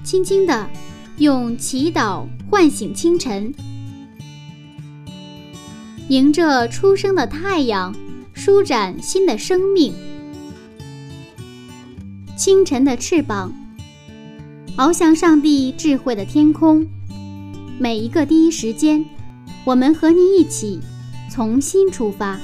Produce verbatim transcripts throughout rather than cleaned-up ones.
轻轻地用祈祷唤醒清晨，迎着初升的太阳，舒展新的生命。清晨的翅膀，翱翔上帝智慧的天空。每一个第一时间，我们和你一起从新出发。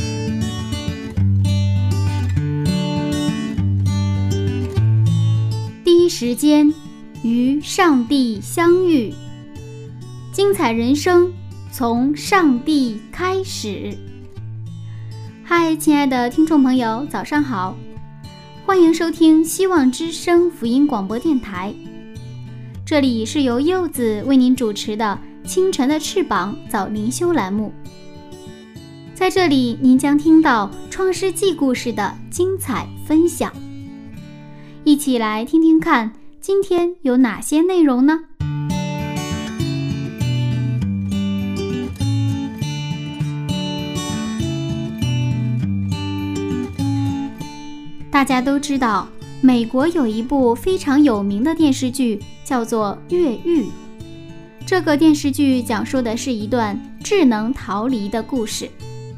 第一时间与上帝相遇，精彩人生从上帝开始。嗨，亲爱的听众朋友，早上好，欢迎收听希望之声福音广播电台。这里是由柚子为您主持的清晨的翅膀早灵修栏目。在这里，您将听到创世纪故事的精彩分享。一起来听听看，今天有哪些内容呢？大家都知道，美国有一部非常有名的电视剧，叫做《越狱》。这个电视剧讲述的是一段智能逃离的故事。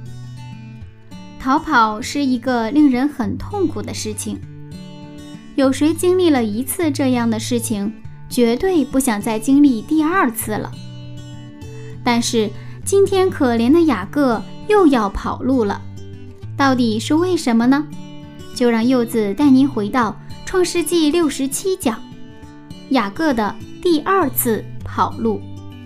逃跑是一个令人很痛苦的事情，有谁经历了一次这样的事情，绝对不想再经历第二次了。但是今天可怜的雅各又要跑路了，到底是为什么呢？就让柚子带您回到创世纪六十七讲，雅各的第二次跑路。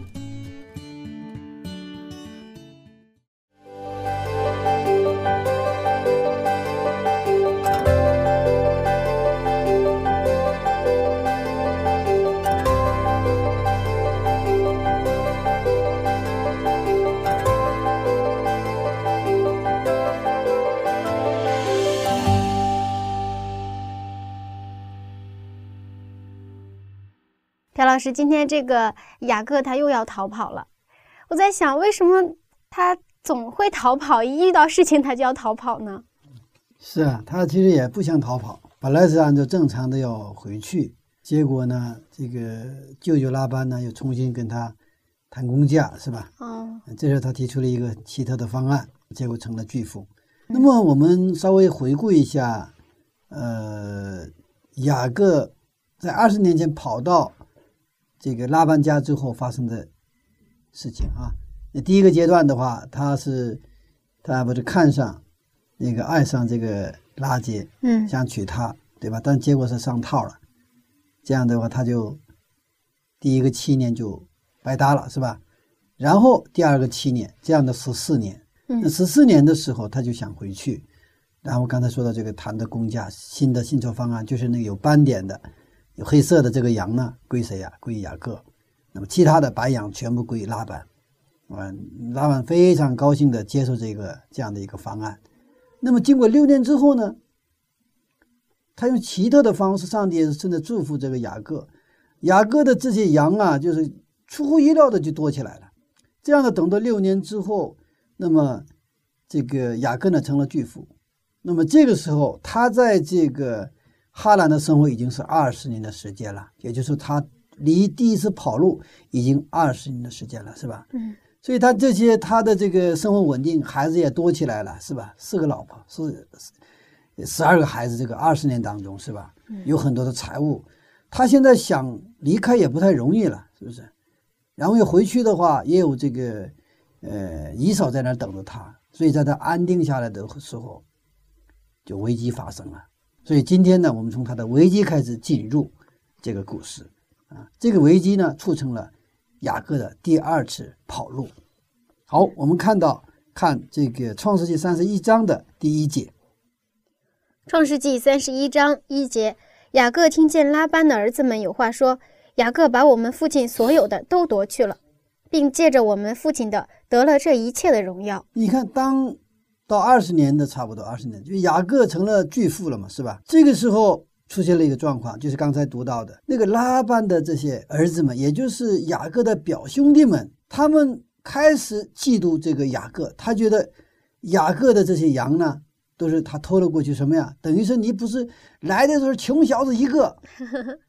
朴老师，今天这个雅各他又要逃跑了，我在想，为什么他总会逃跑，一遇到事情他就要逃跑呢？ 是啊，他其实也不想逃跑，本来是按照正常的要回去，结果呢，这个舅舅拉班呢又重新跟他谈工价，是吧？哦，这时候他提出了一个奇特的方案，结果成了巨富。那么我们稍微回顾一下，呃，雅各在二十年前跑到这个拉班家之后发生的事情啊。那第一个阶段的话，他是他不是看上那个爱上这个拉结，嗯，想娶她，对吧？但结果是上套了，这样的话他就第一个七年就白搭了，是吧？然后第二个七年，这样的十四年，那十四年的时候他就想回去，然后刚才说到这个谈的工价，新的薪酬方案就是那个有斑点的有黑色的这个羊呢，归谁呀？归雅各。那么其他的白羊全部归拉班。嗯，拉班非常高兴地接受这个这样的一个方案。那么经过六年之后呢，他用奇特的方式，上帝也是真的祝福这个雅各。雅各的这些羊啊，就是出乎意料的就多起来了。这样的等到六年之后，那么这个雅各呢成了巨富。那么这个时候，他在这个哈兰的生活已经是二十年的时间了，也就是他离第一次跑路已经二十年的时间了，是吧？嗯，所以他这些他的这个生活稳定，孩子也多起来了，是吧？四个老婆，是十二个孩子，这个二十年当中，是吧？有很多的财物，他现在想离开也不太容易了，是不是？然后要回去的话，也有这个呃以扫在那等着他，所以在他安定下来的时候，就危机发生了。所以今天呢，我们从他的危机开始进入这个故事啊。这个危机呢，促成了雅各的第二次跑路。好，我们看到看这个创世纪三十一章的第一节。 创世纪三十一章一节，雅各听见拉班的儿子们有话说，雅各把我们父亲所有的都夺去了，并借着我们父亲的得了这一切的荣耀。 你看，当到二十年的差不多二十年，就雅各成了巨富了嘛，是吧？这个时候出现了一个状况，就是刚才读到的那个拉班的这些儿子们，也就是雅各的表兄弟们，他们开始嫉妒这个雅各，他觉得雅各的这些羊呢，都是他偷了过去，什么呀？等于是你不是来的时候穷小子一个，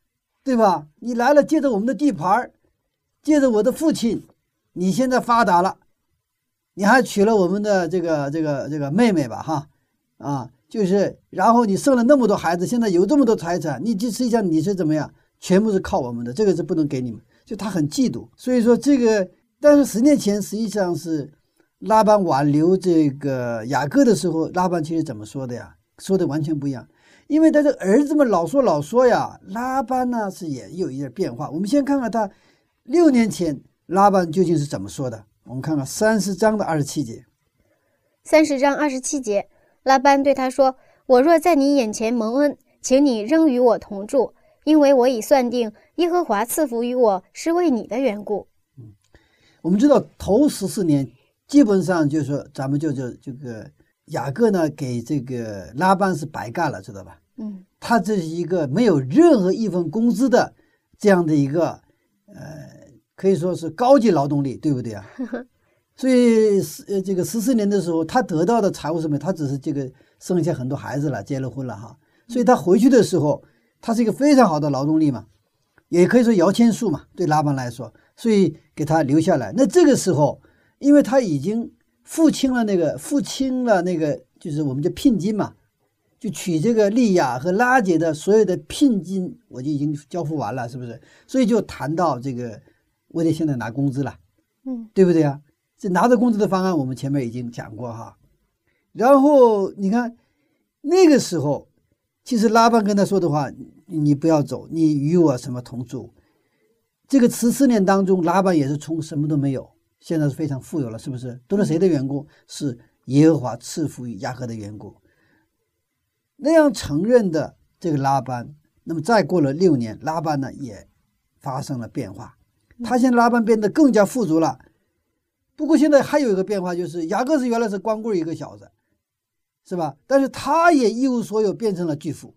对吧？你来了，借着我们的地盘，借着我的父亲，你现在发达了，你还娶了我们的这个这个这个妹妹吧，哈，啊，就是然后你生了那么多孩子，现在有这么多财产，你这实际上你是怎么样？全部是靠我们的，这个是不能给你们。就他很嫉妒，所以说这个，但是十年前实际上是拉班挽留这个雅各的时候，拉班其实怎么说的呀？说的完全不一样，因为他的儿子们老说老说呀，拉班呢是也有一点变化。我们先看看他六年前拉班究竟是怎么说的。我们看看三十章的二十七节。 三十章二十七节，拉班对他说：“我若在你眼前蒙恩，请你仍与我同住。因为我已算定耶和华赐福于我是为你的缘故。” 嗯，我们知道头十四年基本上就是说咱们就就这个雅各呢给这个拉班是白干了，知道吧？ 嗯， 他这是一个没有任何一份工资的这样的一个呃可以说是高级劳动力，对不对啊？所以呃这个十四年的时候他得到的财物什么，他只是这个生下很多孩子了，结了婚了哈，所以他回去的时候他是一个非常好的劳动力嘛，也可以说摇钱树嘛，对拉班来说，所以给他留下来。那这个时候，因为他已经付清了那个付清了那个，就是我们叫聘金嘛，就娶这个利亚和拉结的所有的聘金，我就已经交付完了，是不是？所以就谈到这个，我得现在拿工资了， 嗯， 对不对啊？这拿着工资的方案，我们前面已经讲过哈。然后你看那个时候。其实拉班跟他说的话，你不要走，你与我什么同住。这个十四年当中，拉班也是从什么都没有，现在是非常富有了，是不是？都是谁的缘故？是耶和华赐福于雅各的缘故。那样承认的这个拉班，那么再过了六年，拉班呢也发生了变化，他现在拉班变得更加富足了。不过现在还有一个变化，就是雅各是原来是光棍一个小子，是吧？但是他也一无所有，变成了巨富。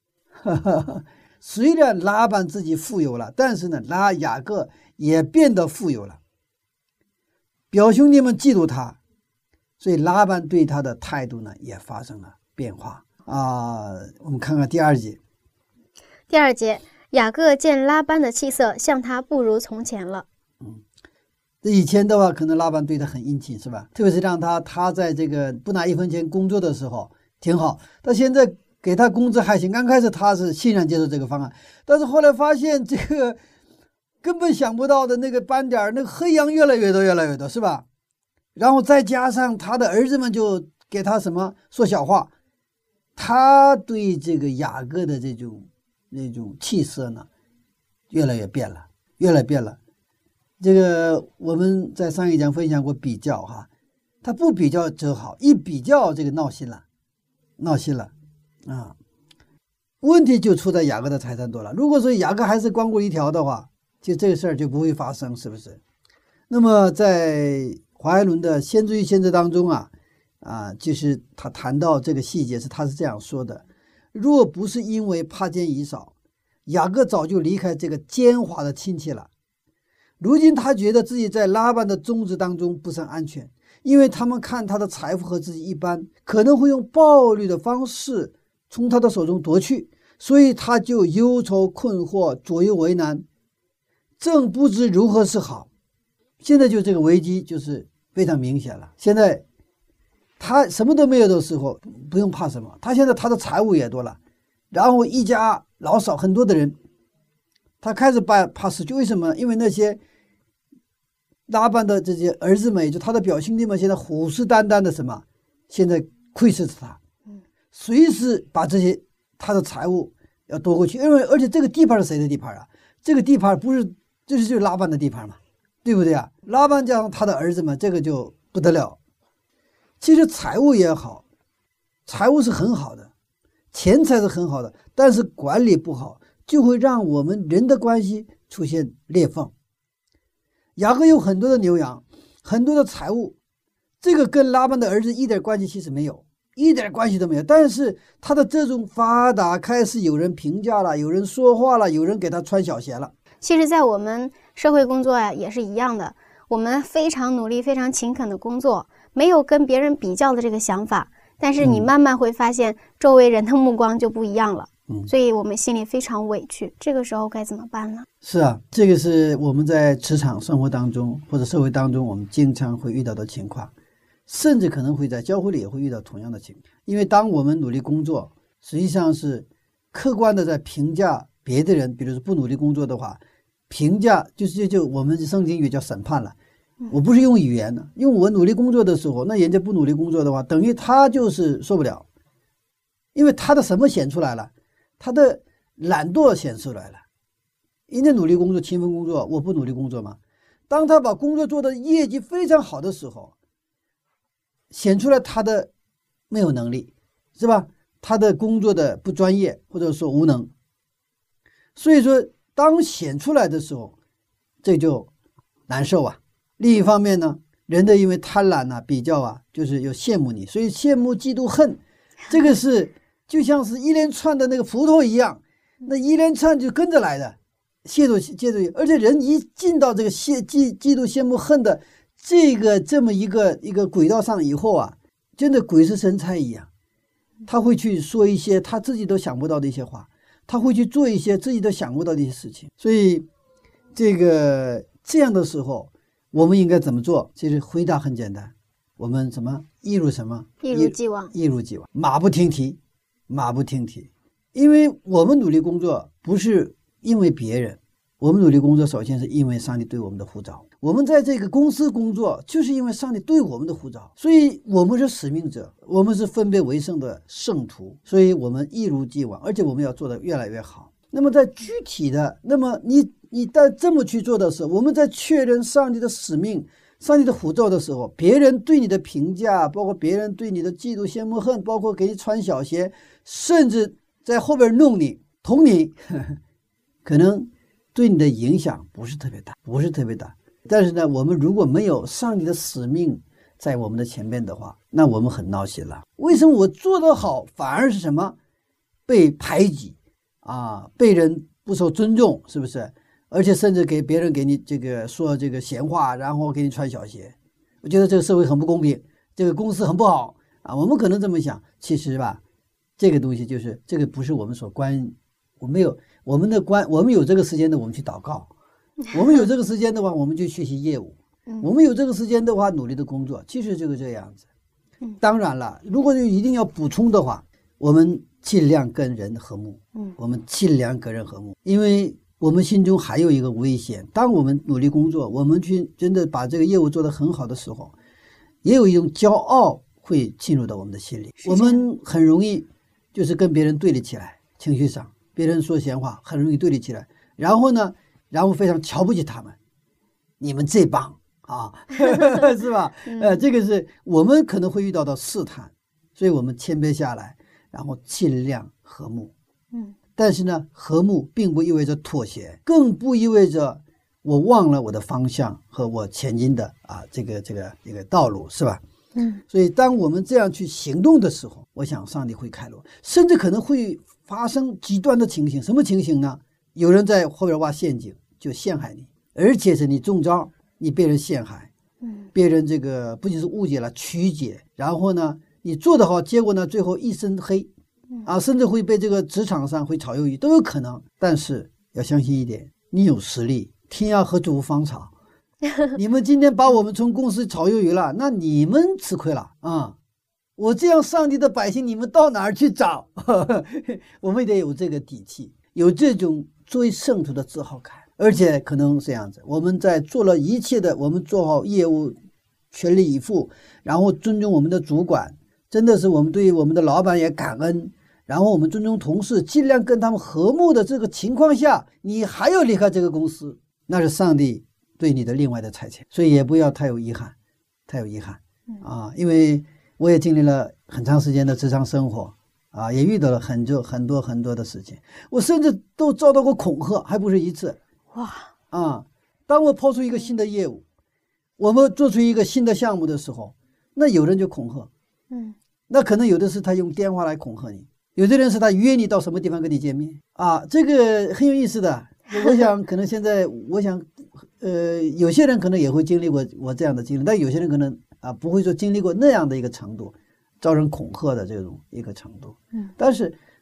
虽然拉班自己富有了，但是呢，拉雅各也变得富有了。表兄弟们嫉妒他，所以拉班对他的态度呢也发生了变化啊。我们看看第二节。 第二节，雅各见拉班的气色像他不如从前了。 嗯。以前的话，可能拉班对他很殷勤，是吧？特别是让他他在这个不拿一分钱工作的时候挺好，但现在给他工资还行。刚开始他是欣然接受这个方案，但是后来发现这个根本想不到的那个斑点，那个黑羊越来越多，越来越多，是吧？然后再加上他的儿子们就给他什么说小话，他对这个雅各的这种那种气色呢，越来越变了，越来越变了。这个我们在上一讲分享过比较哈，他不比较则好，一比较这个闹心了，闹心了啊！问题就出在雅各的财产多了。如果说雅各还是光棍一条的话，就这个事儿就不会发生，是不是？那么在华爱伦的先知与先知当中啊啊，就是他谈到这个细节是他是这样说的：若不是因为怕见以扫，雅各早就离开这个奸猾的亲戚了。如今他觉得自己在拉班的宗子当中不甚安全，因为他们看他的财富和自己一般，可能会用暴力的方式从他的手中夺去，所以他就忧愁困惑，左右为难，正不知如何是好。现在就这个危机就是非常明显了。现在他什么都没有的时候不用怕什么，他现在他的财物也多了，然后一家老少很多的人，他开始怕怕失去。为什么？因为那些拉班的这些儿子们，也就他的表兄弟们，现在虎视眈眈的什么？现在窥视着他，随时把这些他的财物要夺过去。因为而且这个地盘是谁的地盘啊？这个地盘不是这是就是拉班的地盘嘛，对不对啊？拉班加上他的儿子们，这个就不得了。其实财务也好，财务是很好的，钱财是很好的，但是管理不好，就会让我们人的关系出现裂缝。雅各有很多的牛羊，很多的财物，这个跟拉班的儿子一点关系其实没有，一点关系都没有。但是他的这种发达，开始有人评价了，有人说话了，有人给他穿小鞋了。 其实在我们社会工作呀、啊、也是一样的，我们非常努力非常勤恳的工作，没有跟别人比较的这个想法，但是你慢慢会发现周围人的目光就不一样了。 嗯，所以我们心里非常委屈，这个时候该怎么办呢？ 是啊，这个是我们在职场生活当中或者社会当中我们经常会遇到的情况，甚至可能会在教会里也会遇到同样的情况。因为当我们努力工作，实际上是客观的在评价别的人，比如说不努力工作的话，评价就是就我们圣经语叫审判了。我不是用语言的，因为我努力工作的时候，那人家不努力工作的话，等于他就是受不了，因为他的什么显出来了？他的懒惰显出来了。人家努力工作，勤奋工作，我不努力工作吗？当他把工作做的业绩非常好的时候，显出来他的没有能力，是吧？他的工作的不专业，或者说无能。所以说当显出来的时候，这就难受啊。另一方面呢，人的因为贪婪啊，比较啊，就是有羡慕你，所以羡慕嫉妒恨，这个是就像是一连串的那个葡萄一样，那一连串就跟着来的，嫉妒嫉妒，而且人一进到这个羡嫉嫉妒羡慕恨的这个这么一个一个轨道上以后啊，真的鬼使神差一样，他会去说一些他自己都想不到的一些话，他会去做一些自己都想不到的一些事情。所以这个这样的时候我们应该怎么做？其实回答很简单，我们什么一如什么一如既往， 一如既往，马不停蹄，马不停蹄。因为我们努力工作不是因为别人，我们努力工作首先是因为上帝对我们的呼召。我们在这个公司工作就是因为上帝对我们的呼召，所以我们是使命者，我们是分别为圣的圣徒，所以我们一如既往，而且我们要做得越来越好。那么在具体的，那么你你在这么去做的时候，我们在确认上帝的使命，上帝的呼召的时候，别人对你的评价，包括别人对你的嫉妒羡慕恨，包括给你穿小鞋，甚至在后边弄你捅你，呵呵，可能对你的影响不是特别大，不是特别大。但是呢，我们如果没有上帝的使命在我们的前面的话，那我们很闹心了。为什么我做得好反而是什么被排挤啊，被人不受尊重，是不是？而且甚至给别人给你这个说这个闲话，然后给你穿小鞋。我觉得这个社会很不公平，这个公司很不好啊。我们可能这么想，其实吧，这个东西就是这个不是我们所关，我们有我们的关，我们有这个时间的，我们去祷告；我们有这个时间的话，我们就学习业务；我们有这个时间的话，努力的工作。其实就是这样子。当然了，如果一定要补充的话，我们尽量跟人和睦，我们尽量跟人和睦，因为我们心中还有一个危险，当我们努力工作，我们去真的把这个业务做得很好的时候，也有一种骄傲会进入到我们的心里，我们很容易就是跟别人对立起来，情绪上别人说闲话很容易对立起来，然后呢然后非常瞧不起他们，你们这帮啊是吧、嗯、呃，这个是我们可能会遇到的试探，所以我们谦卑下来，然后尽量和睦。嗯，但是呢，和睦并不意味着妥协，更不意味着我忘了我的方向和我前进的啊这个这个一个道路，是吧？嗯，所以当我们这样去行动的时候，我想上帝会开路，甚至可能会发生极端的情形。什么情形呢？有人在后边挖陷阱，就陷害你，而且是你中招，你被人陷害，嗯，别人这个不仅是误解了，曲解，然后呢，你做得好，结果呢，最后一身黑。啊，甚至会被这个职场上会炒鱿鱼都有可能。但是要相信一点，你有实力，天涯何处无芳草。你们今天把我们从公司炒鱿鱼了，那你们吃亏了啊！我这样上帝的百姓，你们到哪儿去找？我们得有这个底气，有这种作为圣徒的自豪感，而且可能是这样子，我们在做了一切的，我们做好业务，全力以赴，然后尊重我们的主管，真的是我们对我们的老板也感恩。然后我们尊重同事，尽量跟他们和睦的这个情况下，你还要离开这个公司，那是上帝对你的另外的差遣，所以也不要太有遗憾，太有遗憾啊！因为我也经历了很长时间的职场生活啊，也遇到了很多很多很多的事情，我甚至都遭到过恐吓，还不是一次。哇啊！当我抛出一个新的业务，我们做出一个新的项目的时候，那有人就恐吓，嗯，那可能有的是他用电话来恐吓你。有的人是他约你到什么地方跟你见面啊，这个很有意思的。我想可能现在我想呃有些人可能也会经历过我这样的经历，但有些人可能啊不会说经历过那样的一个程度，招人恐吓的这种一个程度。嗯，但是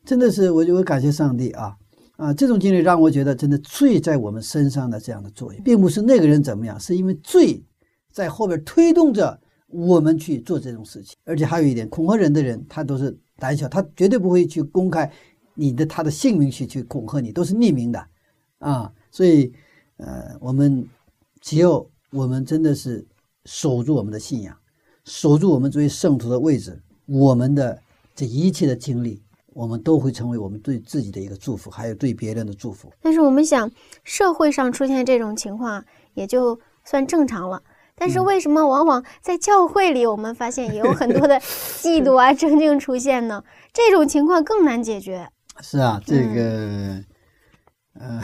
真的是我我感谢上帝啊啊！这种经历让我觉得真的罪在我们身上的这样的作用，并不是那个人怎么样，是因为罪在后边推动着我们去做这种事情。而且还有一点，恐吓人的人他都是胆小，他绝对不会去公开你的他的姓名去去恐吓你，都是匿名的啊。所以呃，我们只要我们真的是守住我们的信仰，守住我们作为圣徒的位置，我们的这一切的经历，我们都会成为我们对自己的一个祝福，还有对别人的祝福。 但是我们想，社会上出现这种情况也就算正常了，但是为什么往往在教会里我们发现也有很多的嫉妒啊争竞出现呢？这种情况更难解决。 是啊，这个呃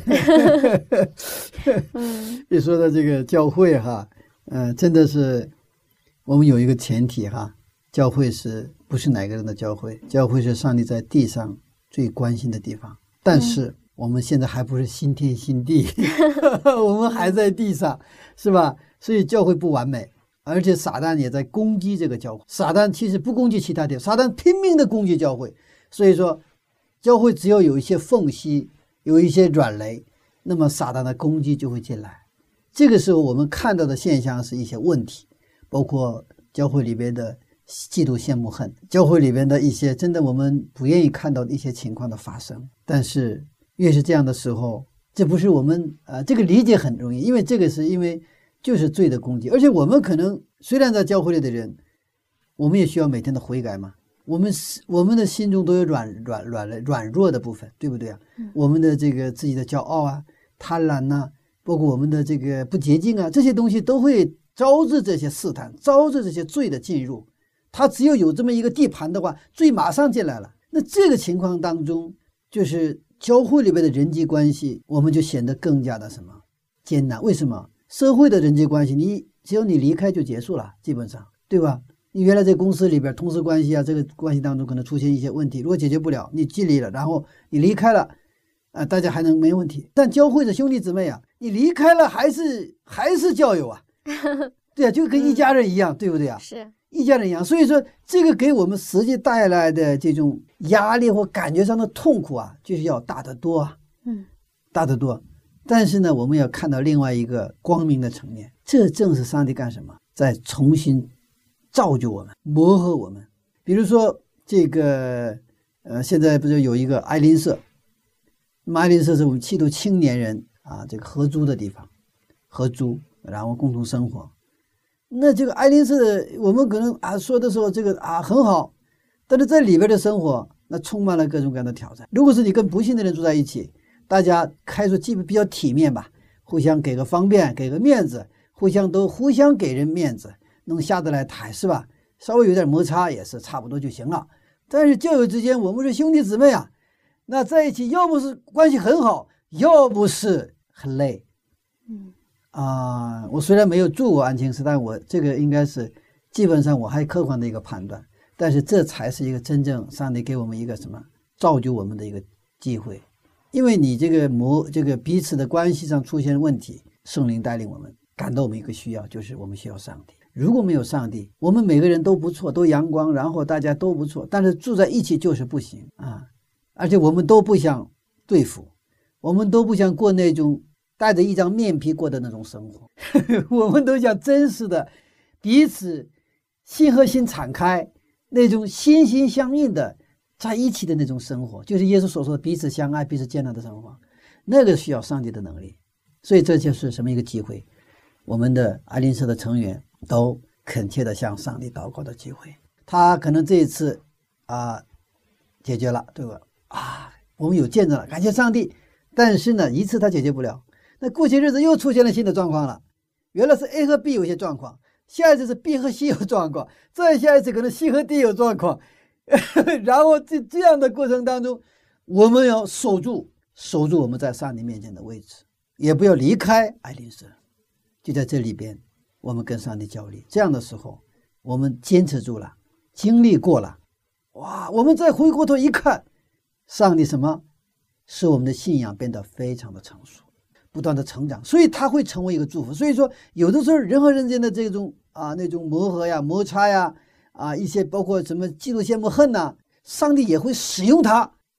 嗯， 一说到这个教会哈，呃真的是我们有一个前提哈，教会是不是哪个人的教会？教会是上帝在地上最关心的地方。但是我们现在还不是新天新地，我们还在地上，是吧？所以教会不完美，而且撒旦也在攻击这个教会。撒旦其实不攻击其他地方，撒旦拼命的攻击教会。所以说，教会只要有一些缝隙，有一些软肋，那么撒旦的攻击就会进来。这个时候我们看到的现象是一些问题，包括教会里边的嫉妒羡慕恨，教会里边的一些真的我们不愿意看到的一些情况的发生。但是越是这样的时候，这不是我们呃这个理解很容易，因为这个是因为就是罪的攻击。而且我们可能虽然在教会里的人，我们也需要每天的悔改嘛，我们我们的心中都有软软软软弱的部分，对不对啊？嗯、我们的这个自己的骄傲啊、贪婪呐、啊，包括我们的这个不洁净啊，这些东西都会招致这些试探，招致这些罪的进入。他只有有这么一个地盘的话，罪马上进来了。那这个情况当中，就是教会里边的人际关系，我们就显得更加的什么艰难。为什么？社会的人际关系，你只有你离开就结束了，基本上，对吧？你原来在公司里边同事关系啊，这个关系当中可能出现一些问题，如果解决不了，你尽力了，然后你离开了，啊、呃，大家还能没问题。但教会的兄弟姊妹啊，你离开了还是还是教友啊，对啊，就跟一家人一样，嗯、对不对啊？ 是一家人一样。所以说，这个给我们实际带来的这种压力或感觉上的痛苦啊，就是要大得多啊， 嗯， 大得多。但是呢，我们要看到另外一个光明的层面，这正是上帝干什么，在重新造就我们，磨合我们。比如说这个呃，现在不是有一个爱邻社，那么爱邻社是我们七度青年人啊，这个合租的地方，合租然后共同生活。那这个爱邻社的，我们可能啊说的时候这个啊很好，但是在里边的生活那充满了各种各样的挑战。如果是你跟不幸的人住在一起，大家开说基本比较体面吧，互相给个方便，给个面子，互相都互相给人面子，能下得来台，是吧？稍微有点摩擦也是差不多就行了。但是教友之间，我们是兄弟姊妹啊，那在一起要不是关系很好，要不是很累。 嗯啊、呃，我虽然没有住过安庆寺，但我这个应该是基本上我还客观的一个判断。但是这才是一个真正上帝给我们一个什么造就我们的一个机会。因为你这个模这个彼此的关系上出现问题，圣灵带领我们感到我们一个需要，就是我们需要上帝。如果没有上帝，我们每个人都不错，都阳光，然后大家都不错，但是住在一起就是不行啊！而且我们都不想对付，我们都不想过那种带着一张面皮过的那种生活，我们都想真实的彼此心和心敞开，那种心心相印的在一起的那种生活，就是耶稣所说的彼此相爱、彼此接纳的生活，那个需要上帝的能力。所以这就是什么一个机会？我们的爱邻社的成员都恳切的向上帝祷告的机会。他可能这一次啊解决了，对吧？啊，我们有见证了，感谢上帝。但是呢，一次他解决不了，那过些日子又出现了新的状况了。原来是 A 和 B 有些状况，下一次是 B 和 C 有状况，再下一次可能 C 和 D 有状况。然后这这样的过程当中，我们要守住守住我们在上帝面前的位置，也不要离开爱邻社，就在这里边我们跟上帝交流。这样的时候我们坚持住了，经历过了，哇，我们再回过头一看，上帝什么使我们的信仰变得非常的成熟，不断的成长，所以它会成为一个祝福。所以说有的时候人和人间的这种啊那种磨合呀、摩擦呀啊，一些包括什么嫉妒羡慕恨呐、啊，上帝也会使用它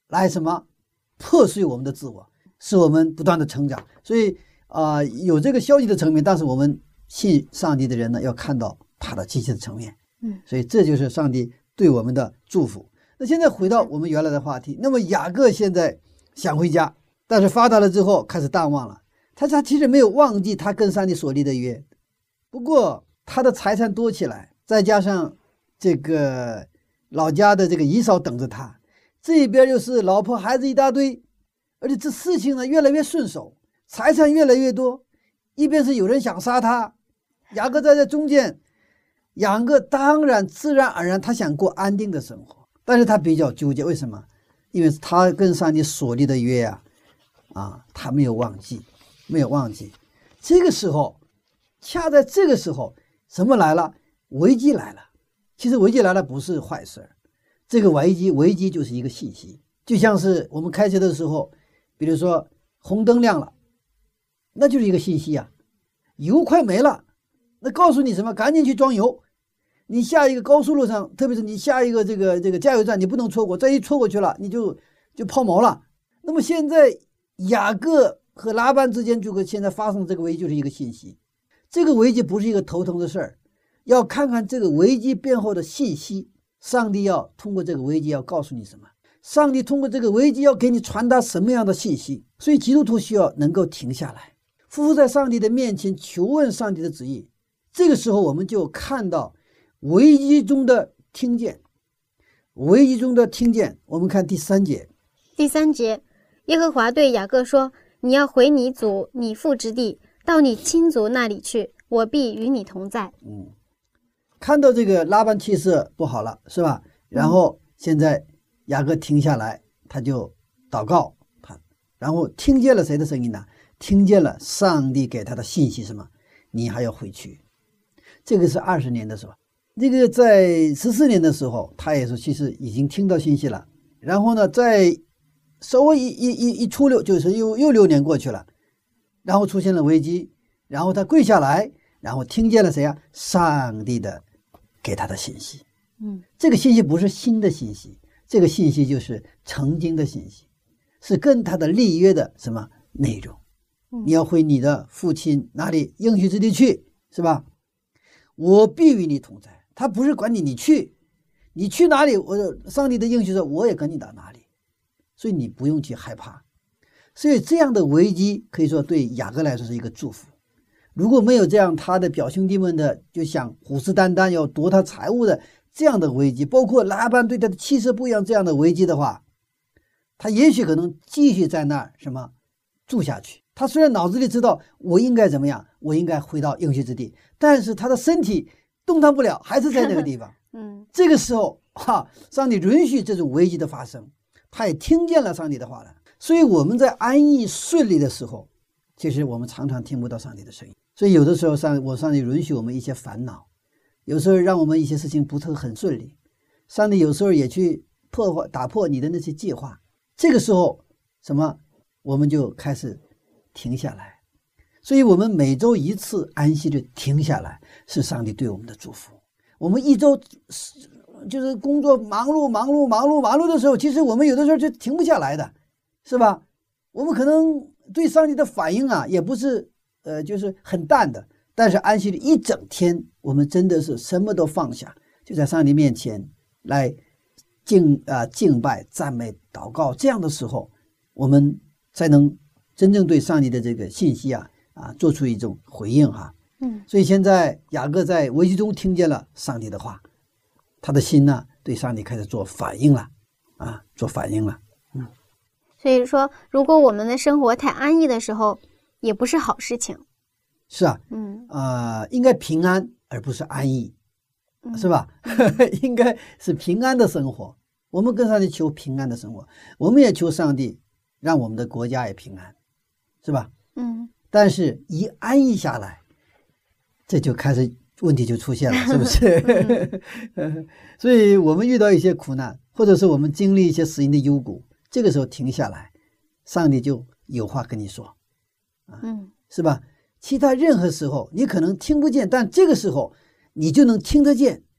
来什么破碎我们的自我，使我们不断的成长。所以啊、呃，有这个消极的层面，但是我们信上帝的人呢，要看到他的积极的层面。 嗯， 所以这就是上帝对我们的祝福。那现在回到我们原来的话题，那么雅各现在想回家，但是发达了之后开始淡忘了。他他其实没有忘记他跟上帝所立的约，不过他的财产多起来，再加上这个老家的这个以扫等着他，这边又是老婆孩子一大堆，而且这事情呢越来越顺手，财产越来越多，一边是有人想杀他，雅各在这中间，雅各当然自然而然他想过安定的生活，但是他比较纠结，为什么？因为他跟上帝所立的约啊，啊，他没有忘记，没有忘记。这个时候，恰在这个时候，什么来了？危机来了。其实危机来了不是坏事，这个危机危机就是一个信息，就像是我们开车的时候，比如说红灯亮了，那就是一个信息啊，油快没了，那告诉你什么？赶紧去装油。你下一个高速路上，特别是你下一个这个这个加油站，你不能错过，这一错过去了，你就就抛锚了。那么现在雅各和拉班之间，就现在发生这个危机，就是一个信息。这个危机不是一个头疼的事儿，要看看这个危机背后的信息。上帝要通过这个危机要告诉你什么？上帝通过这个危机要给你传达什么样的信息？所以基督徒需要能够停下来，匍匐在上帝的面前求问上帝的旨意。这个时候我们就看到危机中的听见，危机中的听见。我们看第三节。 第三节，耶和华对雅各说：你要回你祖你父之地，到你亲族那里去，我必与你同在。 嗯，看到这个拉班气色不好了，是吧？然后现在雅各停下来，他就祷告，他然后听见了谁的声音呢？听见了上帝给他的信息，什么？你还要回去。这个是二十年的时候，这个在十四年的时候，他也是其实已经听到信息了。然后呢，在稍微一一一一出溜，就是又又六年过去了，然后出现了危机，然后他跪下来，然后听见了谁啊？上帝的给他的信息。 嗯， 这个信息不是新的信息，这个信息就是曾经的信息，是跟他的立约的什么内容？你要回你的父亲哪里应许之地去，是吧？我必与你同在。他不是管你，你去，你去哪里，我上帝的应许说，我也跟你到哪里，所以你不用去害怕。所以这样的危机可以说对雅各来说是一个祝福。如果没有这样，他的表兄弟们的就想虎视眈眈要夺他财物的这样的危机，包括拉班对他的气色不一样这样的危机的话，他也许可能继续在那儿什么住下去。他虽然脑子里知道我应该怎么样，我应该回到应许之地，但是他的身体动弹不了，还是在那个地方。 嗯， 这个时候哈，上帝允许这种危机的发生，他也听见了上帝的话了。所以我们在安逸顺利的时候，其实我们常常听不到上帝的声音。所以有的时候上我上帝允许我们一些烦恼，有时候让我们一些事情不是很顺利，上帝有时候也去破坏打破你的那些计划。这个时候什么，我们就开始停下来。所以我们每周一次安息日停下来，是上帝对我们的祝福。我们一周就是工作忙碌忙碌忙碌忙碌的时候，其实我们有的时候就停不下来的，是吧？我们可能对上帝的反应啊也不是呃就是很淡的，但是安息日一整天我们真的是什么都放下，就在上帝面前来敬啊、呃、敬拜赞美祷告，这样的时候我们才能真正对上帝的这个信息啊啊做出一种回应哈。 嗯， 所以现在雅各在危机中听见了上帝的话，他的心呢对上帝开始做反应了啊，做反应了。嗯， 所以说，如果我们的生活太安逸的时候，也不是好事情。 是啊， 嗯， 呃，应该平安而不是安逸，是吧？嗯、应该是平安的生活。我们跟上帝求平安的生活，我们也求上帝让我们的国家也平安，是吧？ 嗯，但但是一安逸下来，这就开始问题就出现了，是不是？嗯、所以我们遇到一些苦难，或者是我们经历一些死荫的幽谷，这个时候停下来，上帝就有话跟你说，啊， 嗯， 是吧？其他任何时候你可能听不见，但这个时候你就能听得见。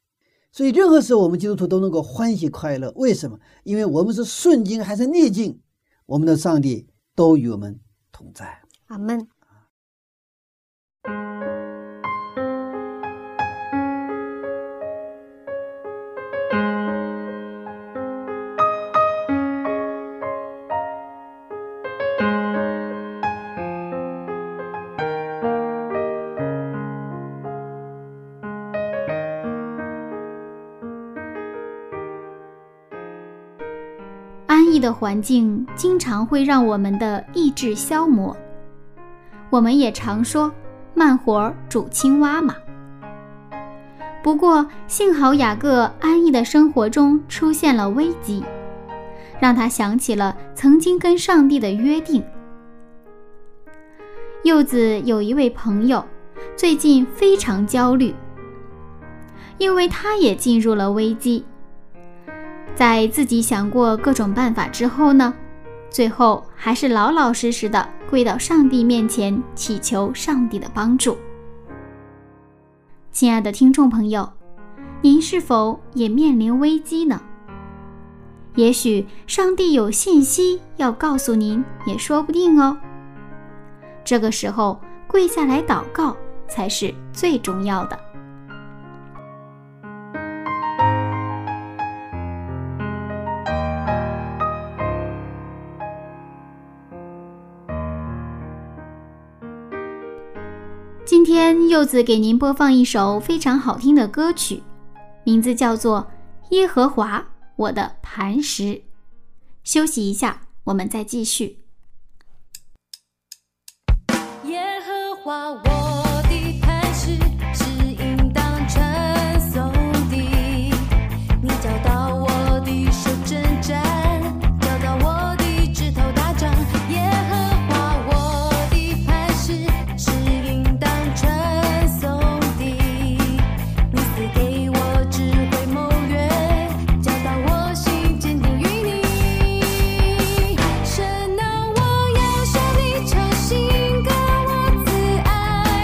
所以任何时候我们基督徒都能够欢喜快乐。为什么？因为我们是顺境还是逆境，我们的上帝都与我们同在。 阿们。 安逸的环境经常会让我们的意志消磨。我们也常说慢活煮青蛙嘛。不过幸好雅各安逸的生活中出现了危机，让他想起了曾经跟上帝的约定。柚子有一位朋友最近非常焦虑，因为他也进入了危机。在自己想过各种办法之后呢，最后还是老老实实的跪到上帝面前，祈求上帝的帮助。亲爱的听众朋友，您是否也面临危机呢？也许上帝有信息要告诉您，也说不定哦。这个时候跪下来祷告才是最重要的。今天柚子给您播放一首非常好听的歌曲，名字叫做《耶和华我的磐石》。休息一下，我们再继续。 耶和华我的磐石，是应当称颂的。你教导我的手征战，教导我的指头打仗。耶和华我的磐石，是应当称颂的。你赐给我智慧谋略，教导我心坚定于你。神啊，我要向你唱新歌，我慈爱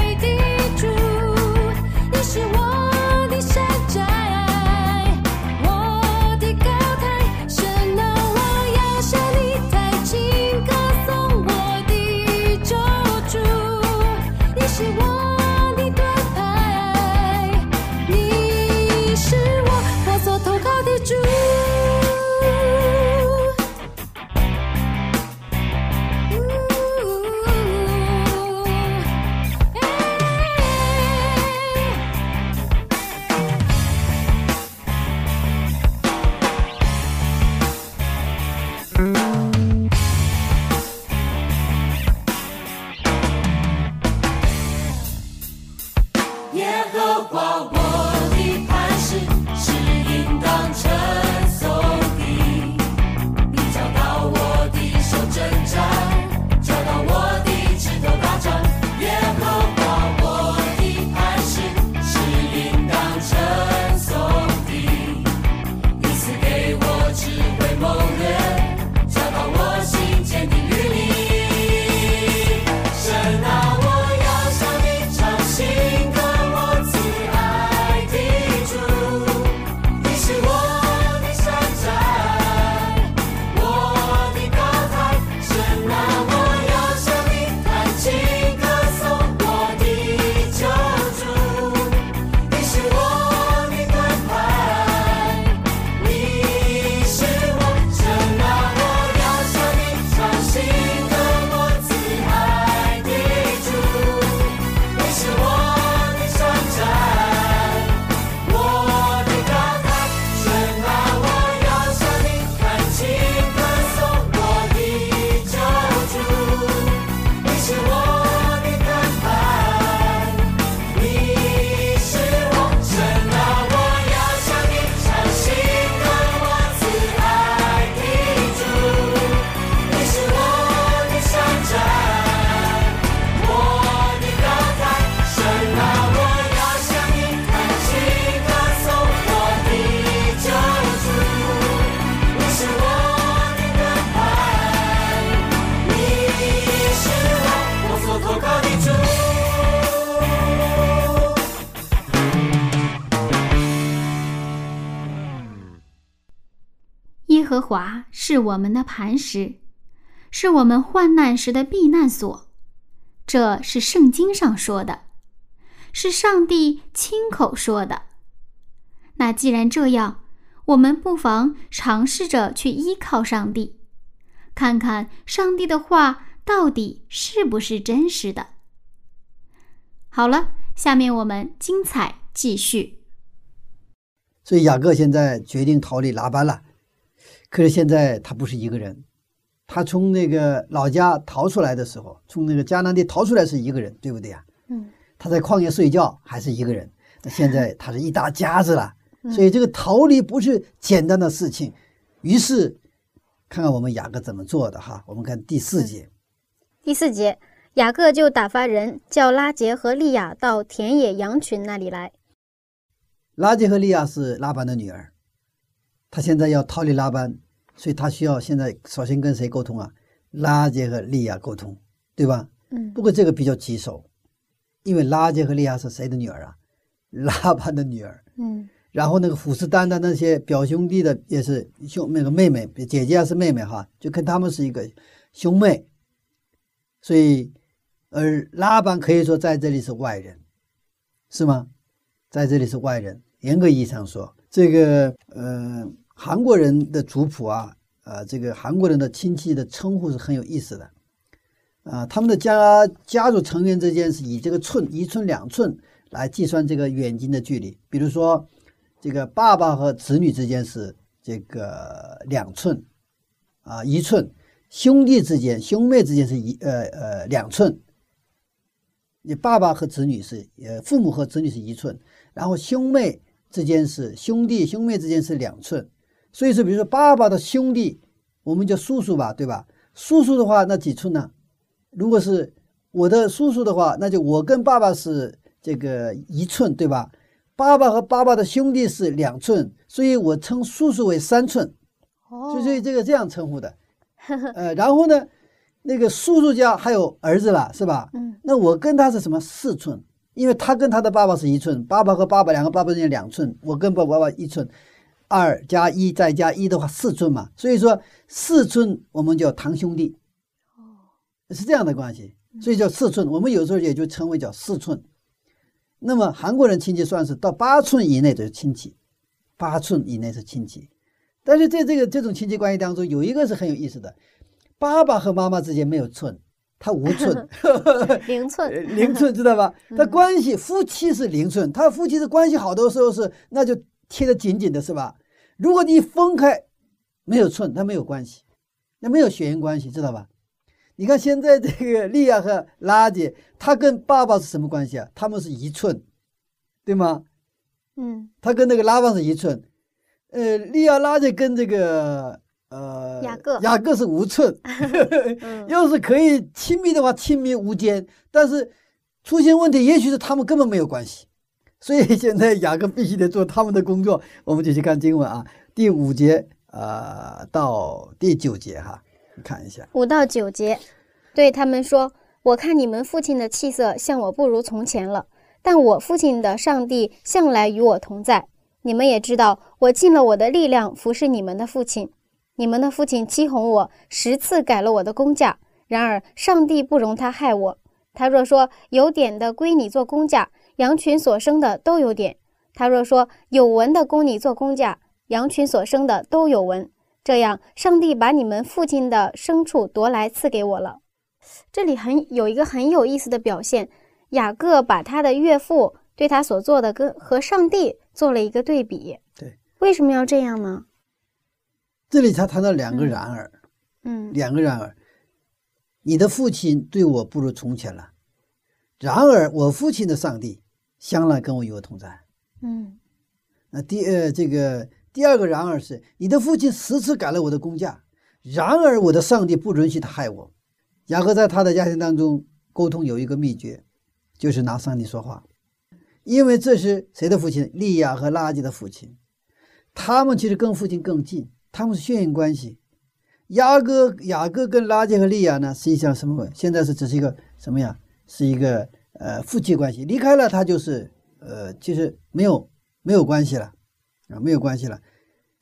和华是我们的磐石，是我们患难时的避难所。这是圣经上说的，是上帝亲口说的。那既然这样，我们不妨尝试着去依靠上帝，看看上帝的话到底是不是真实的。好了，下面我们精彩继续。 所以雅各现在决定逃离拉班了，可是现在他不是一个人，他从那个老家逃出来的时候，从那个迦南地逃出来是一个人，对不对啊？ 嗯， 他在旷野睡觉还是一个人，现在他是一大家子了，所以这个逃离不是简单的事情。于是看看我们雅各怎么做的哈，我们看第四节。 第四节，雅各就打发人叫拉结和利亚到田野羊群那里来。 拉结和利亚是拉班的女儿，他现在要逃离拉班，所以他需要现在首先跟谁沟通啊？拉结和利亚沟通，对吧？ 嗯， 不过这个比较棘手，因为拉结和利亚是谁的女儿啊？拉班的女儿。 嗯， 然后那个虎视眈眈那些表兄弟的也是兄那个妹妹，姐姐还是妹妹哈，就跟他们是一个兄妹，所以而拉班可以说在这里是外人，是吗？在这里是外人，严格意义上说，这个呃韩国人的族谱啊，呃这个韩国人的亲戚的称呼是很有意思的，啊、呃、他们的家家族成员之间是以这个寸一寸两寸来计算这个远近的距离，比如说这个爸爸和子女之间是这个两寸啊一寸，兄弟之间兄妹之间是一呃呃两寸，你爸爸和子女是呃父母和子女是一寸，然后兄妹之间是兄弟兄妹之间是两寸，所以说比如说爸爸的兄弟我们叫叔叔吧，对吧？叔叔的话那几寸呢？如果是我的叔叔的话，那就我跟爸爸是这个一寸，对吧？爸爸和爸爸的兄弟是两寸，所以我称叔叔为三寸， 哦， 所以这个这样称呼的。呃，然后呢，那个叔叔家还有儿子了，是吧？ 嗯， 那我跟他是什么四寸？因为他跟他的爸爸是一寸，爸爸和爸爸两个爸爸之间两寸，我跟爸爸爸一寸，二加一再加一的话四寸嘛，所以说四寸我们叫堂兄弟，哦，是这样的关系，所以叫四寸。我们有时候也就称为叫四寸。那么韩国人亲戚算是到八寸以内的亲戚，八寸以内是亲戚。但是在这个这种亲戚关系当中，有一个是很有意思的，爸爸和妈妈之间没有寸，他无寸， 零寸， 零寸知道吧？他关系夫妻是零寸，他夫妻的关系好多时候是那就贴得紧紧的，是吧？如果你分开，没有寸，他没有关系，那没有血缘关系，知道吧？你看现在这个利亚和拉结，他跟爸爸是什么关系啊？他们是一寸，对吗？ 嗯， 他跟那个拉班是一寸，呃，利亚拉结跟这个呃雅各雅各是无寸，要是可以亲密的话，亲密无间，但是出现问题，也许是他们根本没有关系，所以现在雅各必须得做他们的工作。我们继续看经文啊，第五节啊、呃、到第九节哈。看一下五到九节，对他们说：“我看你们父亲的气色像我不如从前了，但我父亲的上帝向来与我同在。你们也知道，我尽了我的力量服侍你们的父亲。你们的父亲欺哄我，十次改了我的工价，然而上帝不容他害我。他若说有点的归你做工价，羊群所生的都有点；他若说有纹的供你做工价，羊群所生的都有纹。这样，上帝把你们父亲的牲畜夺来赐给我了。”这里很有一个很有意思的表现，雅各把他的岳父对他所做的跟和上帝做了一个对比。 对， 为什么要这样呢？ 这里他谈到两个然而， 嗯， 两个然而，你的父亲对我不如从前了，然而我父亲的上帝向来跟我有同在。 嗯， 那第呃这个。第二个然而是你的父亲十次改了我的工价，然而我的上帝不允许他害我。雅各在他的家庭当中沟通有一个秘诀，就是拿上帝说话，因为这是谁的父亲？利亚和拉结的父亲，他们其实跟父亲更近，他们是血缘关系。雅各雅各跟拉结和利亚呢，实际上什么？现在是只是一个什么呀？是一个呃夫妻关系，离开了他就是呃其实没有没有关系了。啊，没有关系了，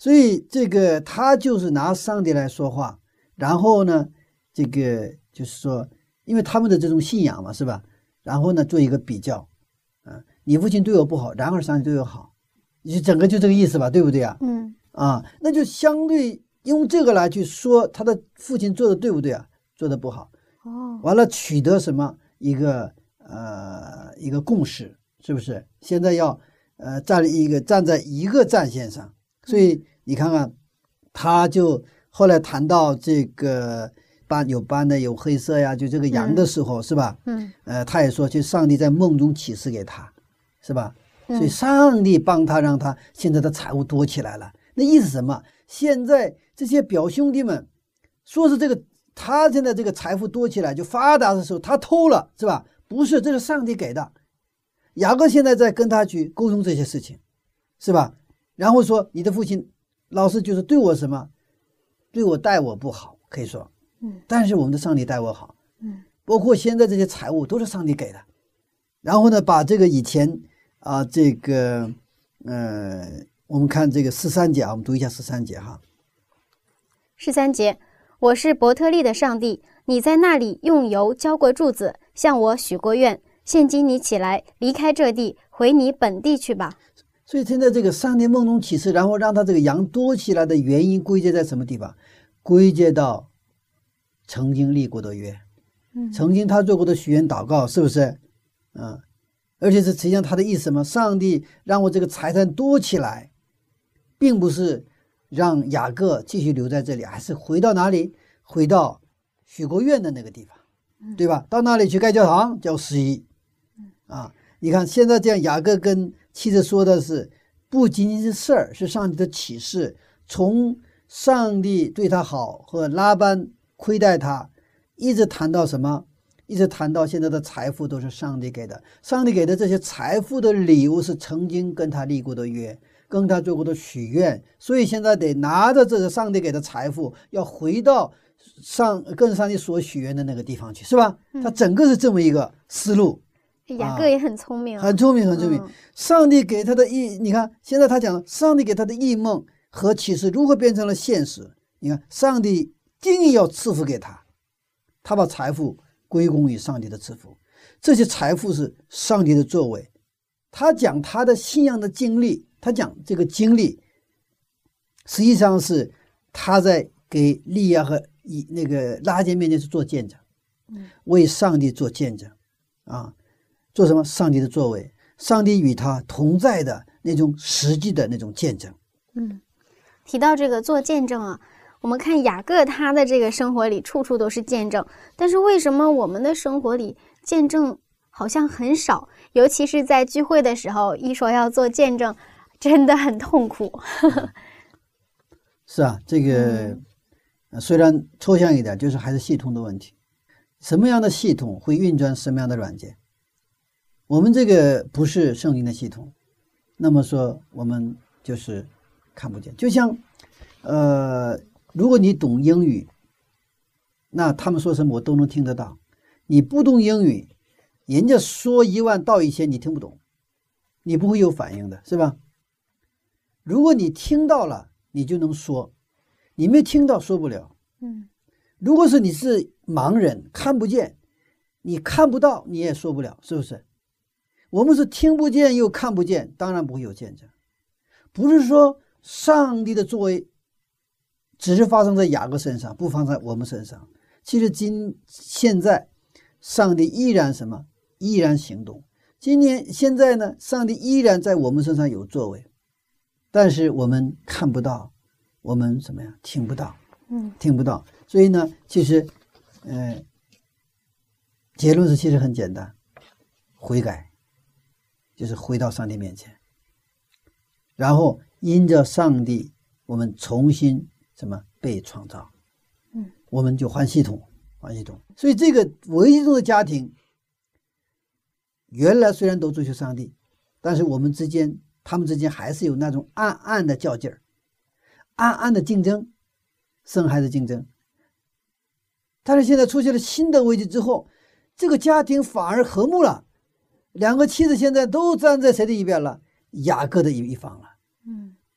所以这个他就是拿上帝来说话，然后呢，这个就是说，因为他们的这种信仰嘛，是吧？然后呢，做一个比较，啊，你父亲对我不好，然而上帝对我好，你整个就这个意思吧，对不对啊？ 嗯， 啊，那就相对用这个来去说他的父亲做的对不对啊？做的不好。 哦， 完了取得什么一个呃一个共识，是不是？现在要呃站一个站在一个战线上，所以你看看，他就后来谈到这个斑有斑的有黑色呀，就这个羊的时候， 嗯、 是吧？ 嗯， 呃，他也说，就上帝在梦中启示给他，是吧？ 嗯、 所以上帝帮他，让他现在的财物多起来了。那意思什么？现在这些表兄弟们说是这个。他现在这个财富多起来就发达的时候，他偷了是吧？不是，这是上帝给的。雅各现在在跟他去沟通这些事情，是吧？然后说你的父亲老是就是对我什么，对我待我不好，可以说， 嗯， 但是我们的上帝待我好， 嗯， 包括现在这些财物都是上帝给的。然后呢，把这个以前啊，这个呃，我们看这个十三节啊，我们读一下十三节哈。 十三节。我是伯特利的上帝，你在那里用油浇过柱子，向我许过愿。现今你起来，离开这地，回你本地去吧。 所以现在这个上帝梦中启示，然后让他这个羊多起来的原因归结在什么地方？归结到曾经立过的约， 嗯， 曾经他做过的许愿祷告，是不是？嗯，而且是实际上他的意思嘛，上帝让我这个财产多起来，并不是让雅各继续留在这里，还是回到哪里？回到许过愿的那个地方，对吧？到那里去盖教堂，叫十一。啊，你看现在这样，雅各跟妻子说的是，不仅仅是事儿，是上帝的启示。从上帝对他好和拉班亏待他，一直谈到什么？一直谈到现在的财富都是上帝给的。上帝给的这些财富的理由是曾经跟他立过的约，跟他做过的许愿，所以现在得拿着这个上帝给的财富，要回到上跟上帝所许愿的那个地方去，是吧？他整个是这么一个思路。 雅各也很聪明、啊啊，很聪明，很聪明。嗯、上帝给他的异，你看现在他讲，上帝给他的异梦和启示如何变成了现实？你看，上帝定义要赐福给他，他把财富归功于上帝的赐福，这些财富是上帝的作为。他讲他的信仰的经历，他讲这个经历，实际上是他在给利亚和以那个拉结面前是做见证，为上帝做见证啊。做什么？上帝的作为，上帝与他同在的那种实际的那种见证。 嗯，提到这个做见证啊，我们看雅各他的这个生活里处处都是见证，但是为什么我们的生活里见证好像很少？尤其是在聚会的时候，一说要做见证，真的很痛苦。 是啊，这个、嗯、虽然抽象一点，就是还是系统的问题。什么样的系统会运转什么样的软件？我们这个不是圣经的系统，那么说我们就是看不见。就像呃，如果你懂英语，那他们说什么我都能听得到。你不懂英语，人家说一万道一千，你听不懂，你不会有反应的，是吧？如果你听到了，你就能说；你没听到，说不了。 嗯， 如果是你是盲人，看不见，你看不到，你也说不了，是不是？我们是听不见又看不见，当然不会有见证。不是说上帝的作为只是发生在雅各身上，不发生在我们身上。其实今现在上帝依然什么？依然行动。今年现在呢，上帝依然在我们身上有作为，但是我们看不到，我们怎么样？听不到， 嗯， 听不到。所以呢，其实，呃，结论是其实很简单，悔改。就是回到上帝面前，然后因着上帝，我们重新什么被创造， 嗯， 我们就换系统，换系统。所以这个唯一中的家庭，原来虽然都追求上帝，但是我们之间，他们之间还是有那种暗暗的较劲儿，暗暗的竞争，生孩子竞争。但是现在出现了新的危机之后，这个家庭反而和睦了。两个妻子现在都站在谁的一边了？雅各的一一方了。 嗯，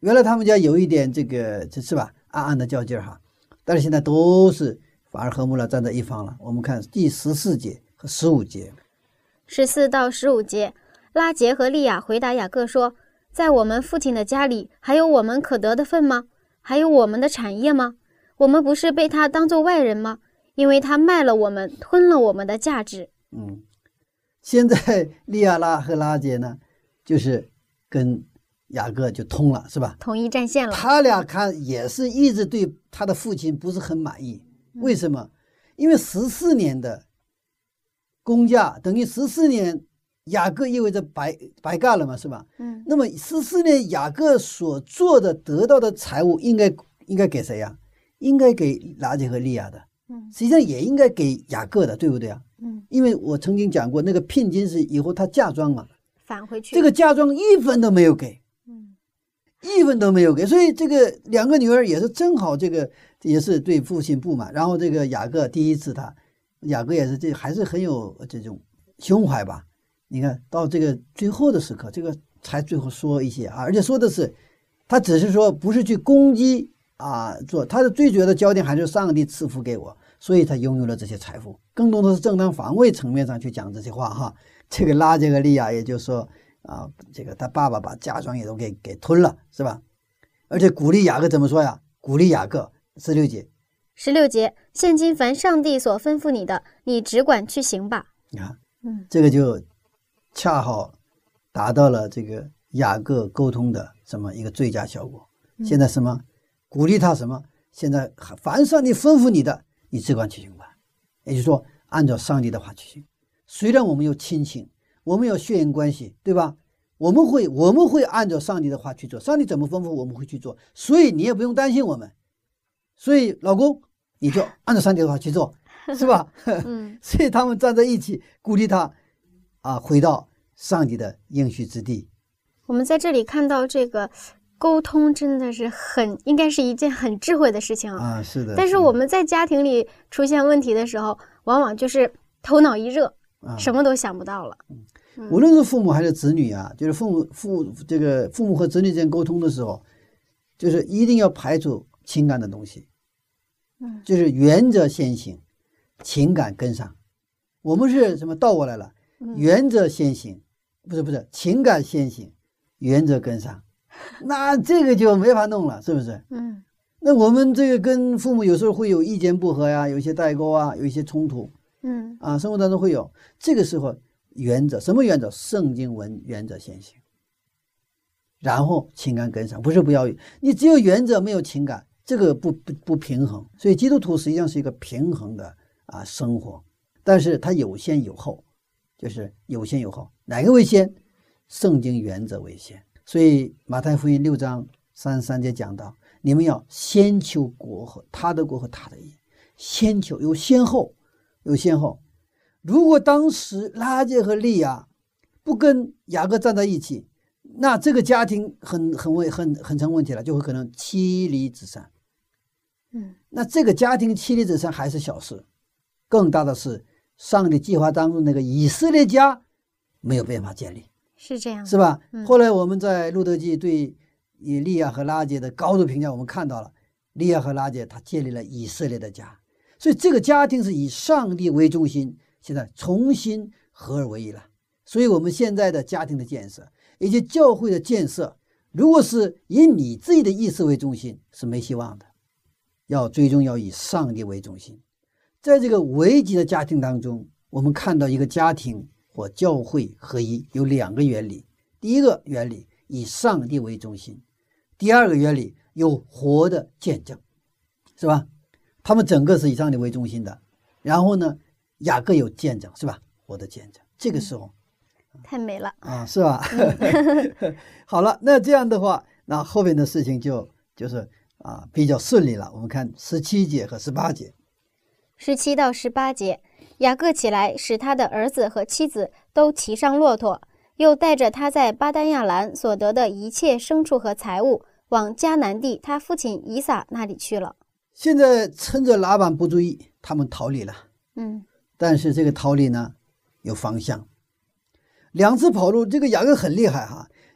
原来他们家有一点这个是吧，暗暗的较劲哈，但是现在都是反而和睦了，站在一方了。我们看第十四节和十五节， 十四到十五节，拉结和利亚回答雅各说：“在我们父亲的家里，还有我们可得的份吗？还有我们的产业吗？我们不是被他当作外人吗？因为他卖了我们，吞了我们的价值。” 嗯，现在利亚拉和拉结呢，就是跟雅各就通了，是吧？ 统一战线了。 他俩看也是一直对他的父亲不是很满意，为什么？因为十四年的工价等于十四年，雅各意味着白白干了嘛，是吧？ 嗯， 那么十四年雅各所做的得到的财物应该应该给谁呀？应该给拉结和利亚的， 嗯， 实际上也应该给雅各的，对不对啊？ 嗯， 因为我曾经讲过，那个聘金是以后他嫁妆嘛， 返回去这个嫁妆一分都没有给， 嗯， 一分都没有给，所以这个两个女儿也是正好这个也是对父亲不满，然后这个雅各第一次他雅各也是这还是很有这种胸怀吧。你看到这个最后的时刻，这个才最后说一些啊，而且说的是他只是说不是去攻击啊，做他的最主要的焦点还是上帝赐福给我，所以他拥有了这些财富，更多的是正当防卫层面上去讲这些话哈。这个拉结和利亚也就是说啊，这个他爸爸把嫁妆也都给给吞了，是吧？而且鼓励雅各怎么说呀？鼓励雅各十六节， 十六节，现今凡上帝所吩咐你的，你只管去行吧。 你看， 嗯， 这个就恰好达到了这个雅各沟通的什么一个最佳效果。现在什么？鼓励他什么？现在凡上帝吩咐你的，你只管去行吧。也就是说，按照上帝的话去行。虽然我们有亲情，我们有血缘关系，对吧？我们会我们会按照上帝的话去做，上帝怎么吩咐我们会去做，所以你也不用担心我们。所以老公，你就按照上帝的话去做，是吧？ 嗯， 所以他们站在一起鼓励他啊，回到上帝的应许之地。 我们在这里看到这个沟通真的是很应该是一件很智慧的事情啊。 啊，是的。 但是我们在家庭里出现问题的时候，往往就是头脑一热， 啊、 什么都想不到了。嗯， 无论是父母还是子女啊，就是父母父这个父母和子女之间沟通的时候，就是一定要排除情感的东西。 嗯， 就是原则先行，情感跟上。我们是什么倒过来了？原则先行，不是不是，情感先行，原则跟上。那这个就没法弄了，是不是？ 嗯， 那我们这个跟父母有时候会有意见不合呀，有一些代沟啊，有一些冲突。 嗯啊，生活当中会有。这个时候原则，什么原则？圣经文原则先行，然后情感跟上，不是不要你只有原则没有情感，这个不不不平衡。所以基督徒实际上是一个平衡的啊生活，但是它有先有后，就是有先有后，哪个为先？圣经原则为先。所以马太福音六章三十三节讲到，你们要先求国和他的国和他的义，先求，有先后，有先后。如果当时拉结和利亚不跟雅各站在一起，那这个家庭很很问很很成问题了，就会可能妻离子散。 嗯， 那这个家庭妻离子散还是小事，更大的是上帝计划当中那个以色列家没有办法建立， 是这样， 是吧？ 嗯、 后来我们在路德记对以利亚和拉结的高度评价，我们看到了利亚和拉结他建立了以色列的家，所以这个家庭是以上帝为中心，现在重新合而为一了。所以我们现在的家庭的建设以及教会的建设，如果是以你自己的意识为中心，是没希望的。要最终要以上帝为中心。在这个危急的家庭当中，我们看到一个家庭或教会合一有两个原理。第一个原理以上帝为中心，第二个原理有活的见证，是吧？他们整个是以上帝为中心的。然后呢，雅各有见证，是吧？活的见证。这个时候太美了啊，是吧？好了，那这样的话，那后面的事情就就是啊比较顺利了。我们看十七节和十八节。 十七到十八节，雅各起来，使他的儿子和妻子都骑上骆驼，又带着他在巴丹亚兰所得的一切牲畜和财物，往迦南地他父亲以撒那里去了。 现在趁着拉班不注意，他们逃离了。 嗯， 但是这个逃离呢有方向。两次跑路，这个雅各很厉害哈。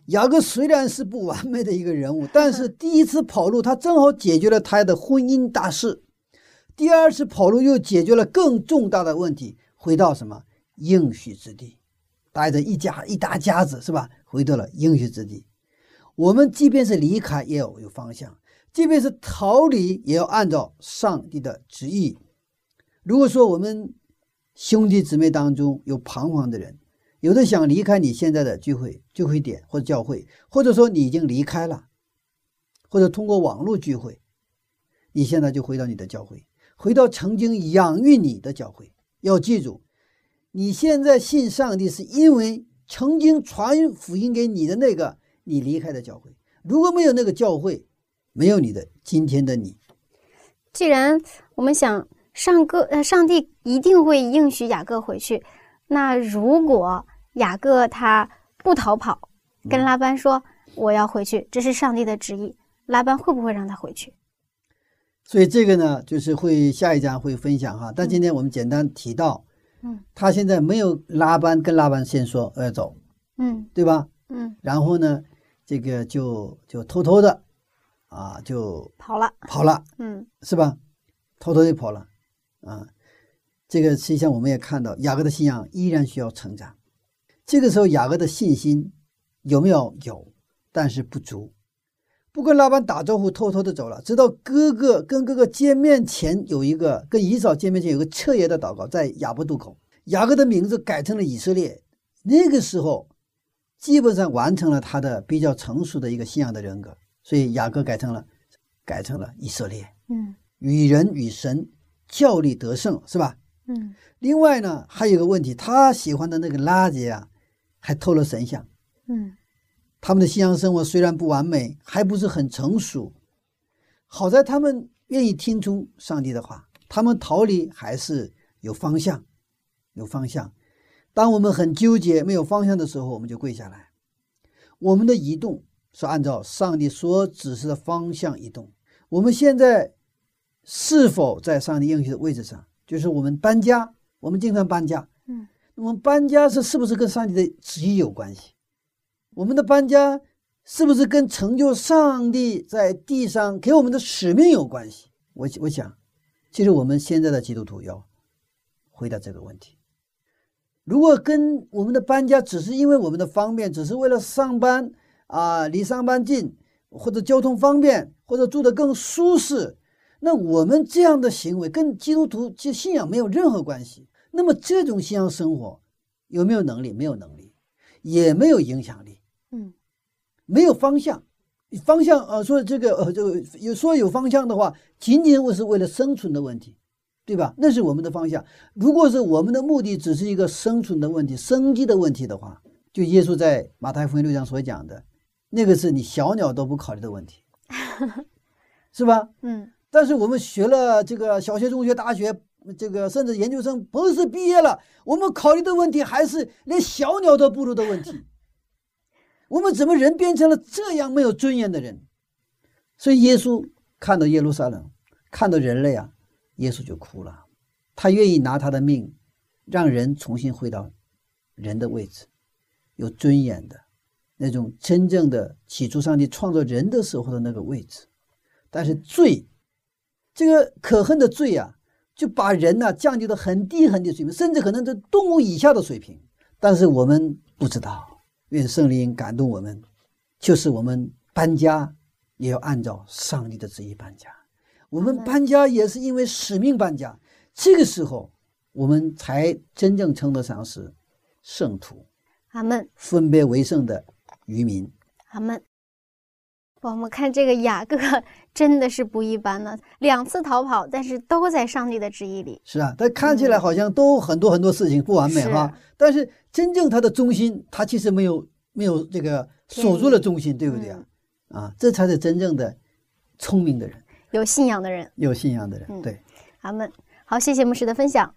雅各虽然是不完美的一个人物，但是第一次跑路，他正好解决了他的婚姻大事。第二次跑路又解决了更重大的问题，回到什么应许之地，带着一家一大家子是吧，回到了应许之地。我们即便是离开也要有方向，即便是逃离也要按照上帝的旨意。如果说我们兄弟姊妹当中有彷徨的人，有的想离开你现在的聚会聚会点或者教会，或者说你已经离开了，或者通过网络聚会，你现在就回到你的教会，回到曾经养育你的教会。要记住，你现在信上帝是因为曾经传福音给你的那个你离开的教会，如果没有那个教会，没有你的今天的你。 既然我们想上个呃上帝一定会应许雅各回去，那如果雅各他不逃跑，跟拉班说我要回去，这是上帝的旨意，拉班会不会让他回去？ 所以这个呢，就是会下一章会分享哈。但今天我们简单提到，嗯，他现在没有拉班跟拉班先说要走，嗯，对吧？嗯，然后呢，这个就就偷偷的啊，就跑了， 跑了， 嗯， 是吧？偷偷的跑了，啊，这个实际上我们也看到雅各的信仰依然需要成长。这个时候雅各的信心有没有？有，但是不足。不跟拉班打招呼，偷偷的走了，直到哥哥跟哥哥见面前有一个跟以扫见面前有个彻夜的祷告，在雅博渡口，雅各的名字改成了以色列。那个时候基本上完成了他的比较成熟的一个信仰的人格，所以雅各改成了改成了以色列。嗯，与人与神较力得胜，是吧？嗯。另外呢，还有一个问题，他喜欢的那个拉结啊，还偷了神像。嗯。他们的信仰生活虽然不完美，还不是很成熟，好在他们愿意听从上帝的话，他们逃离还是有方向，有方向。当我们很纠结没有方向的时候，我们就跪下来。我们的移动是按照上帝所指示的方向移动。我们现在是否在上帝应许的位置上？就是我们搬家，我们经常搬家，嗯，那么搬家是是不是跟上帝的旨意有关系？我们的搬家是不是跟成就上帝在地上给我们的使命有关系？我我想，其实我们现在的基督徒要回答这个问题。如果跟我们的搬家只是因为我们的方便，只是为了上班啊，离上班近，或者交通方便，或者住得更舒适，那我们这样的行为跟基督徒其信仰没有任何关系。那么这种信仰生活有没有能力？没有能力，也没有影响力。嗯，没有方向，方向呃，说这个呃，这个有说有方向的话，仅仅是为了生存的问题，对吧？那是我们的方向。如果是我们的目的只是一个生存的问题、生计的问题的话，就耶稣在马太福音六章所讲的，那个是你小鸟都不考虑的问题，是吧？嗯。但是我们学了这个小学、中学、大学，这个甚至研究生、博士毕业了，我们考虑的问题还是连小鸟都不如的问题。我们怎么人变成了这样没有尊严的人？所以耶稣看到耶路撒冷，看到人类啊，耶稣就哭了。他愿意拿他的命，让人重新回到人的位置，有尊严的那种真正的起初上帝创造人的时候的那个位置。但是罪，这个可恨的罪啊，就把人呢、啊、降低到很低很低的水平，甚至可能是动物以下的水平。但是我们不知道。愿圣灵感动我们，就是我们搬家也要按照上帝的旨意搬家。我们搬家也是因为使命搬家，这个时候我们才真正称得上是圣徒。 阿们。 分别为圣的渔民。 阿们。我们看这个雅各真的是不一般呢，两次逃跑，但是都在上帝的旨意里。是啊，但看起来好像都很多很多事情不完美哈，嗯、但是真正他的中心，他其实没有没有这个守住了中心，对不对啊？嗯、啊，这才是真正的聪明的人， 有信仰的人， 有信仰的人。 嗯、 对， 阿们。好，谢谢牧师的分享。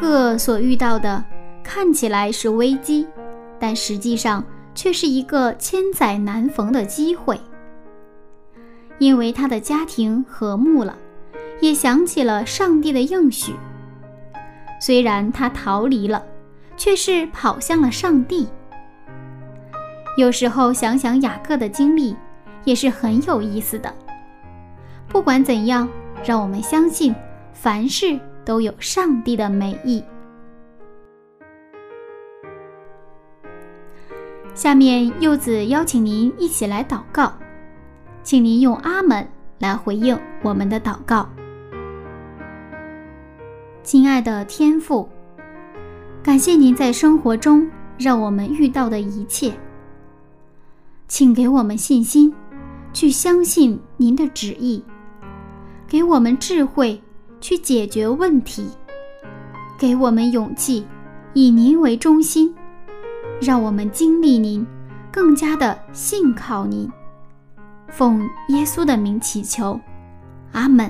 各所遇到的看起来是危机，但实际上却是一个千载难逢的机会。因为他的家庭和睦了，也想起了上帝的应许。虽然他逃离了，却是跑向了上帝。有时候想想雅各的经历，也是很有意思的。不管怎样，让我们相信凡事都有上帝的美意。下面柚子邀请您一起来祷告，请您用阿们来回应我们的祷告。亲爱的天父，感谢您在生活中让我们遇到的一切，请给我们信心，去相信您的旨意，给我们智慧去解决问题，给我们勇气，以您为中心，让我们经历您，更加的信靠您。奉耶稣的名祈求，阿们。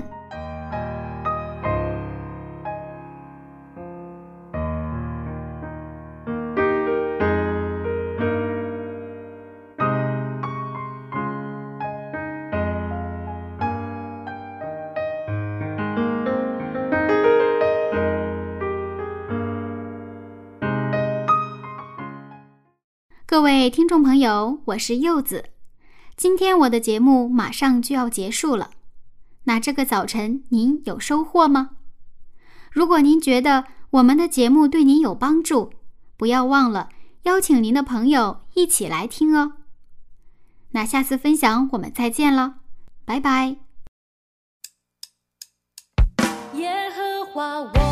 各位听众朋友，我是柚子。今天我的节目马上就要结束了，那这个早晨您有收获吗？如果您觉得我们的节目对您有帮助，不要忘了邀请您的朋友一起来听哦。那下次分享我们再见了，拜拜。 耶和华我